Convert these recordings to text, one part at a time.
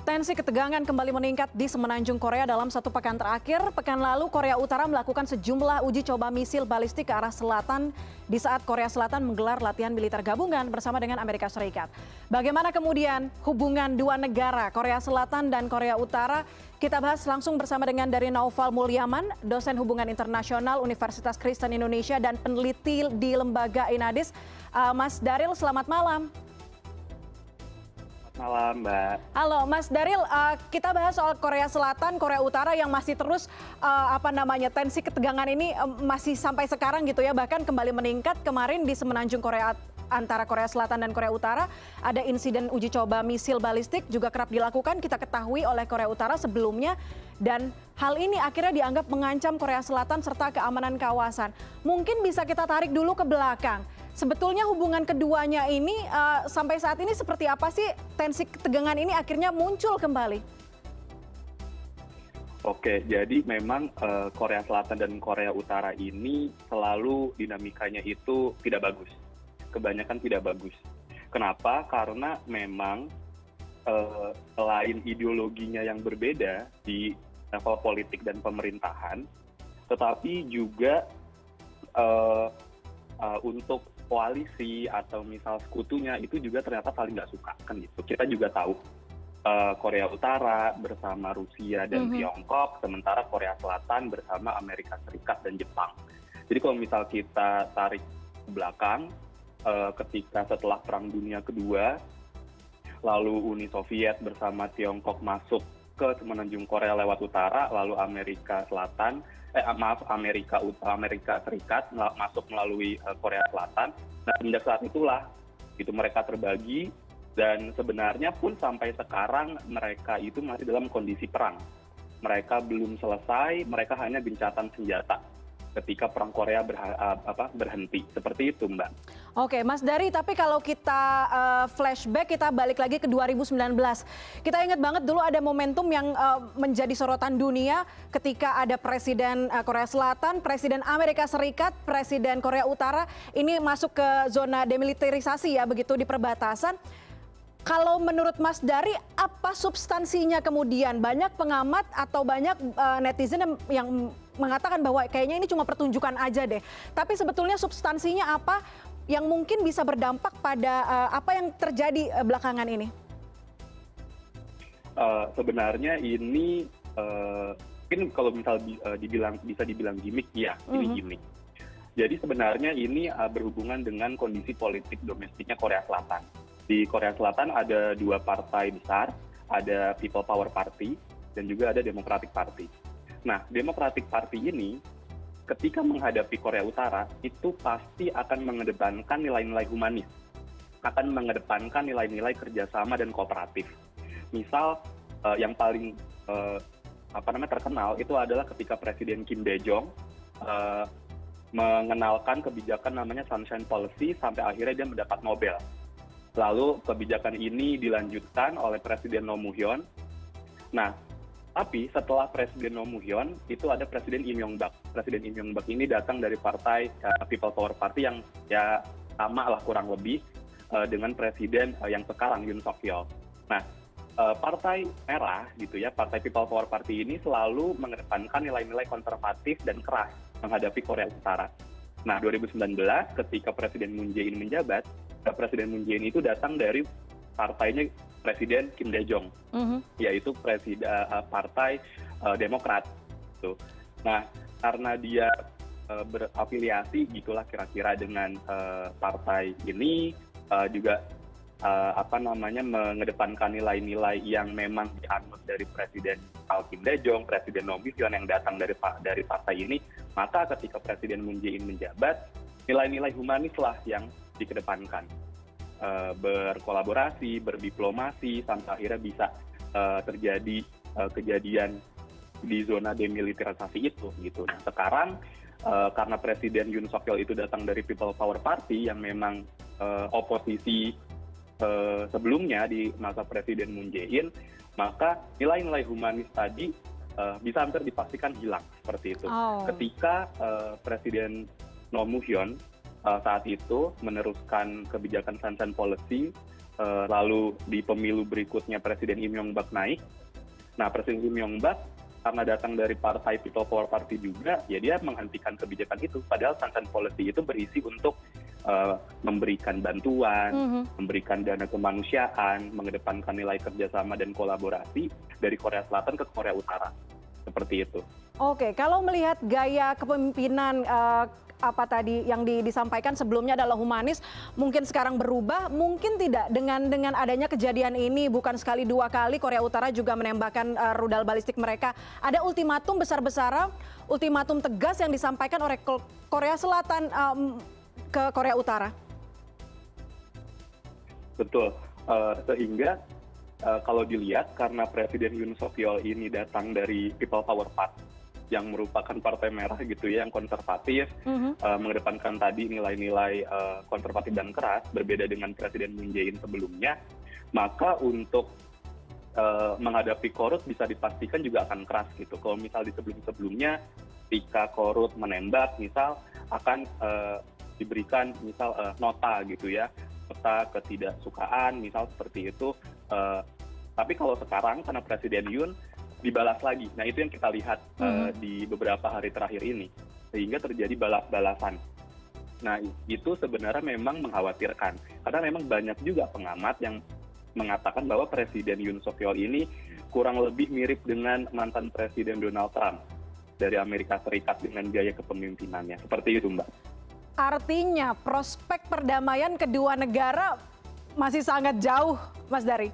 Tensi ketegangan kembali meningkat di semenanjung Korea dalam satu pekan terakhir. Pekan lalu Korea Utara melakukan sejumlah uji coba misil balistik ke arah selatan di saat Korea Selatan menggelar latihan militer gabungan bersama dengan Amerika Serikat. Bagaimana kemudian hubungan dua negara Korea Selatan dan Korea Utara? Kita bahas langsung bersama dengan dari Naufal Mulyaman, dosen hubungan internasional Universitas Kristen Indonesia dan peneliti di Lembaga Inadis. Mas Daril, selamat malam. Malam, Mbak. Halo, Mas Daril. Kita bahas soal Korea Selatan, Korea Utara yang masih terus tensi ketegangan ini masih sampai sekarang gitu ya, bahkan kembali meningkat. Kemarin di semenanjung Korea antara Korea Selatan dan Korea Utara ada insiden uji coba misil balistik juga kerap dilakukan, kita ketahui oleh Korea Utara sebelumnya, dan hal ini akhirnya dianggap mengancam Korea Selatan serta keamanan kawasan. Mungkin bisa kita tarik dulu ke belakang. Sebetulnya hubungan keduanya ini sampai saat ini seperti apa sih, tensi ketegangan ini akhirnya muncul kembali? Oke, jadi memang Korea Selatan dan Korea Utara ini selalu dinamikanya itu tidak bagus. Kebanyakan tidak bagus. Kenapa? Karena memang selain ideologinya yang berbeda di level politik dan pemerintahan, tetapi juga untuk koalisi atau misal sekutunya itu juga ternyata saling nggak suka kan gitu. Kita juga tahu Korea Utara bersama Rusia dan Tiongkok, sementara Korea Selatan bersama Amerika Serikat dan Jepang. Jadi kalau misal kita tarik ke belakang, ketika setelah Perang Dunia Kedua, lalu Uni Soviet bersama Tiongkok masuk ke semenanjung Korea lewat utara, lalu Amerika Serikat masuk melalui Korea Selatan. Nah, sejak saat itulah itu mereka terbagi, dan sebenarnya pun sampai sekarang mereka itu masih dalam kondisi perang. Mereka belum selesai, mereka hanya gencatan senjata ketika perang Korea berhenti. Seperti itu, Mbak. Oke, Mas Dari, tapi kalau kita flashback, kita balik lagi ke 2019. Kita ingat banget dulu ada momentum yang menjadi sorotan dunia ketika ada Presiden Korea Selatan, Presiden Amerika Serikat, Presiden Korea Utara ini masuk ke zona demilitarisasi ya, begitu di perbatasan. Kalau menurut Mas Dari, apa substansinya kemudian? Banyak pengamat atau banyak netizen yang mengatakan bahwa kayaknya ini cuma pertunjukan aja deh. Tapi sebetulnya substansinya apa yang mungkin bisa berdampak pada apa yang terjadi belakangan ini? Sebenarnya ini mungkin kalau misal bisa dibilang gimmick, ya ini gimmick. Jadi sebenarnya ini berhubungan dengan kondisi politik domestiknya Korea Selatan. Di Korea Selatan ada dua partai besar, ada People Power Party dan juga ada Democratic Party. Nah, Democratic Party ini ketika menghadapi Korea Utara itu pasti akan mengedepankan nilai-nilai humanis, akan mengedepankan nilai-nilai kerjasama dan kooperatif. Misal yang paling terkenal itu adalah ketika Presiden Kim Dae-jong mengenalkan kebijakan namanya Sunshine Policy sampai akhirnya dia mendapat Nobel. Lalu kebijakan ini dilanjutkan oleh Presiden Roh Moo-hyun. Nah, tapi setelah Presiden Roh Moo-hyun itu ada Presiden Im Yong-bak. Presiden Im Yong-bak ini datang dari partai People Power Party yang ya sama lah kurang lebih dengan Presiden yang sekarang Yoon Suk Yeol. Nah, Partai Merah gitu ya, Partai People Power Party ini selalu mengedepankan nilai-nilai konservatif dan keras menghadapi Korea Utara. Nah, 2019 ketika Presiden Moon Jae-in menjabat, Presiden Moon Jae-in itu datang dari partainya Presiden Kim Dae-jong, yaitu Partai Demokrat. Nah, karena dia berafiliasi gitulah kira-kira dengan partai ini, juga mengedepankan nilai-nilai yang memang dianut dari Presiden Kim Dae-jong, Presiden Roh Moo-hyun yang datang dari partai ini, maka ketika Presiden Moon Jae-in menjabat, nilai-nilai humanis lah yang dikedepankan. Berkolaborasi, berdiplomasi, sampai akhirnya bisa terjadi kejadian di zona demilitarisasi itu gitu. Nah, sekarang karena Presiden Yoon Suk Yeol itu datang dari People Power Party yang memang oposisi sebelumnya di masa Presiden Moon Jae-in, maka nilai-nilai humanis tadi bisa hampir dipastikan hilang seperti itu. Ketika Presiden Roh Moo-hyun saat itu meneruskan kebijakan Sunshine Policy, lalu di pemilu berikutnya Presiden Im Yong Bak naik. Nah, Presiden Im Yong Bak karena datang dari partai People Power Party juga, ya dia menghentikan kebijakan itu. Padahal Sunshine Policy itu berisi untuk memberikan bantuan, memberikan dana kemanusiaan, mengedepankan nilai kerjasama dan kolaborasi dari Korea Selatan ke Korea Utara. Seperti itu. Oke, kalau melihat gaya kepemimpinan apa tadi yang disampaikan sebelumnya adalah humanis, mungkin sekarang berubah, mungkin tidak dengan adanya kejadian ini bukan sekali dua kali Korea Utara juga menembakkan rudal balistik mereka. Ada ultimatum besar-besaran, ultimatum tegas yang disampaikan oleh Korea Selatan ke Korea Utara. Betul, sehingga kalau dilihat karena Presiden Yoon Suk Yeol ini datang dari People Power Party yang merupakan partai merah gitu ya, yang konservatif, mengedepankan tadi nilai-nilai konservatif dan keras, berbeda dengan Presiden Moon Jae-in sebelumnya, maka untuk menghadapi Korut bisa dipastikan juga akan keras gitu. Kalau misal di sebelum-sebelumnya, ketika Korut menembak, misal akan diberikan misal nota gitu ya, nota ketidaksukaan, misal seperti itu. Tapi kalau sekarang karena Presiden Yoon dibalas lagi. Nah, itu yang kita lihat di beberapa hari terakhir ini. Sehingga terjadi balas-balasan. Nah, itu sebenarnya memang mengkhawatirkan. Karena memang banyak juga pengamat yang mengatakan bahwa Presiden Yoon Suk Yeol ini kurang lebih mirip dengan mantan Presiden Donald Trump dari Amerika Serikat dengan gaya kepemimpinannya. Seperti itu, Mbak. Artinya prospek perdamaian kedua negara masih sangat jauh, Mas Dari?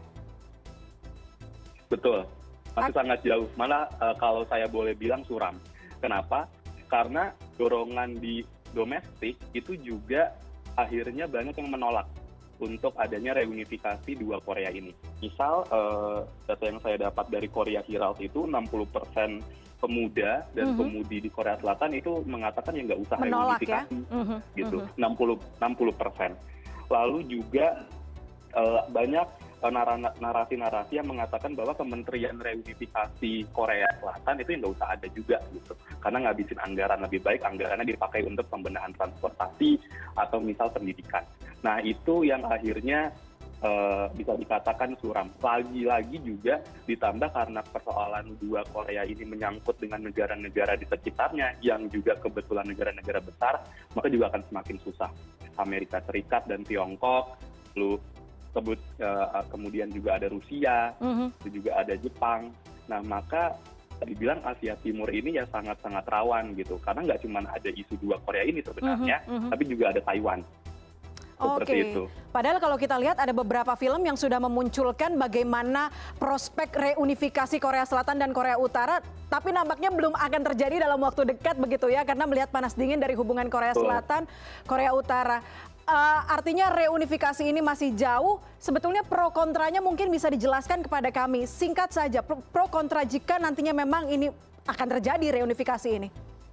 Betul. Masih sangat jauh, malah kalau saya boleh bilang suram. Kenapa? Karena dorongan di domestik itu juga akhirnya banyak yang menolak untuk adanya reunifikasi dua Korea ini. Misal, data yang saya dapat dari Korea Herald itu 60% pemuda dan pemudi di Korea Selatan itu mengatakan ya nggak usah menolak, reunifikasi, ya? gitu. 60%. Lalu juga banyak narasi-narasi yang mengatakan bahwa Kementerian Reunifikasi Korea Selatan itu nggak usah ada juga gitu, karena ngabisin anggaran, lebih baik anggarannya dipakai untuk pembenahan transportasi atau misal pendidikan. Nah, itu yang akhirnya bisa dikatakan suram. Lagi-lagi juga ditambah karena persoalan dua Korea ini menyangkut dengan negara-negara di sekitarnya yang juga kebetulan negara-negara besar, maka juga akan semakin susah. Amerika Serikat dan Tiongkok, lalu kemudian juga ada Rusia, juga ada Jepang. Nah, maka dibilang Asia Timur ini ya sangat-sangat rawan gitu, karena nggak cuma ada isu dua Korea ini sebenarnya, tapi juga ada Taiwan. Seperti itu. Padahal kalau kita lihat ada beberapa film yang sudah memunculkan bagaimana prospek reunifikasi Korea Selatan dan Korea Utara, tapi nampaknya belum akan terjadi dalam waktu dekat begitu ya, karena melihat panas dingin dari hubungan Korea Selatan, Korea Utara. Artinya reunifikasi ini masih jauh. Sebetulnya pro kontranya mungkin bisa dijelaskan kepada kami. Singkat saja, pro kontra jika nantinya memang ini akan terjadi reunifikasi ini.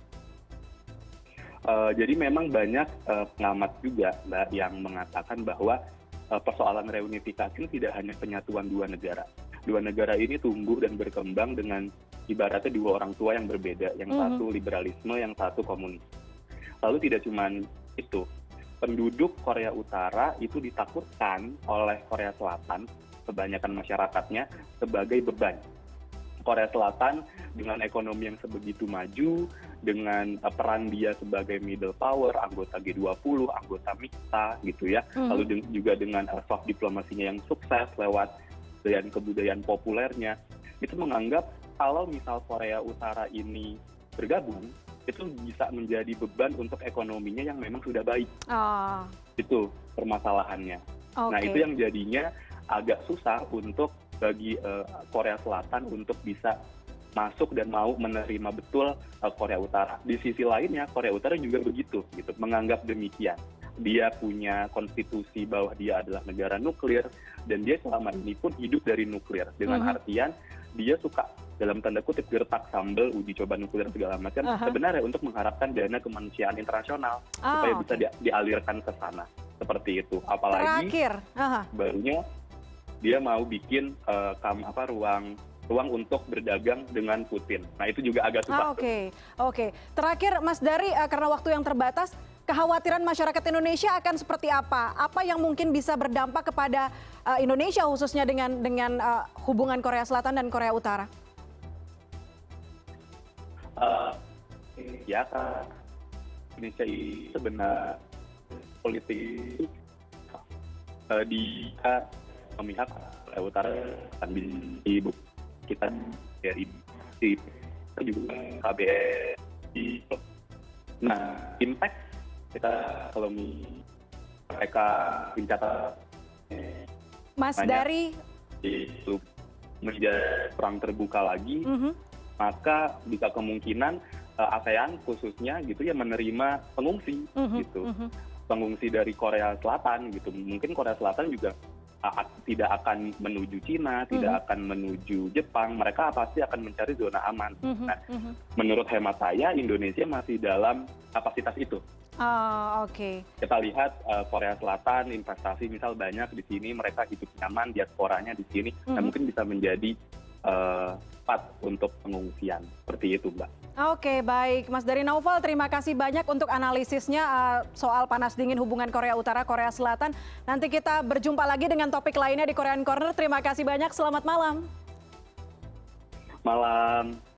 Jadi memang banyak pengamat juga, Mbak, yang mengatakan bahwa persoalan reunifikasi ini tidak hanya penyatuan dua negara. Dua negara ini tumbuh dan berkembang dengan ibaratnya dua orang tua yang berbeda. Yang satu liberalisme, yang satu komunis. Lalu tidak cuma itu. Penduduk Korea Utara itu ditakutkan oleh Korea Selatan, kebanyakan masyarakatnya, sebagai beban. Korea Selatan dengan ekonomi yang sebegitu maju, dengan peran dia sebagai middle power, anggota G20, anggota MIKTA gitu ya, lalu juga dengan soft diplomasinya yang sukses lewat kebudayaan populernya, itu menganggap kalau misal Korea Utara ini bergabung, itu bisa menjadi beban untuk ekonominya yang memang sudah baik. Itu permasalahannya. Nah, itu yang jadinya agak susah untuk bagi Korea Selatan untuk bisa masuk dan mau menerima betul Korea Utara. Di sisi lainnya, Korea Utara juga begitu, gitu, menganggap demikian. Dia punya konstitusi bahwa dia adalah negara nuklir, dan dia selama ini pun hidup dari nuklir. Dengan artian, dia suka dalam tanda kutip gertak sambal uji coba nuklir segala macam, sebenarnya untuk mengharapkan dana kemanusiaan internasional supaya bisa dialirkan ke sana, seperti itu. Apalagi barunya dia mau bikin ruang untuk berdagang dengan Putin. Nah, itu juga agak susah. Oke. Terakhir, Mas Dari, karena waktu yang terbatas, kekhawatiran masyarakat Indonesia akan seperti apa? Apa yang mungkin bisa berdampak kepada Indonesia khususnya dengan hubungan Korea Selatan dan Korea Utara? Ya kan, Indonesia ini sebenarnya politik di memihak Korea Utara dan ibu kita dari kita juga KBRI. Nah, impact kita kalau mereka mencatat Mas dari itu menjadi perang terbuka lagi, maka bisa kemungkinan ASEAN khususnya gitu ya menerima pengungsi gitu, pengungsi dari Korea Selatan gitu. Mungkin Korea Selatan juga tidak akan menuju Cina, tidak akan menuju Jepang, mereka pasti akan mencari zona aman. Nah, menurut hemat saya Indonesia masih dalam kapasitas itu. Oke. Kita lihat Korea Selatan investasi misal banyak di sini, mereka hidup nyaman, diasporanya di sini, nah mungkin bisa menjadi tempat untuk pengungsian seperti itu, Mbak. Oke, baik. Mas dari Naufal, terima kasih banyak untuk analisisnya soal panas dingin hubungan Korea Utara, Korea Selatan. Nanti kita berjumpa lagi dengan topik lainnya di Korean Corner. Terima kasih banyak, selamat malam. Malam.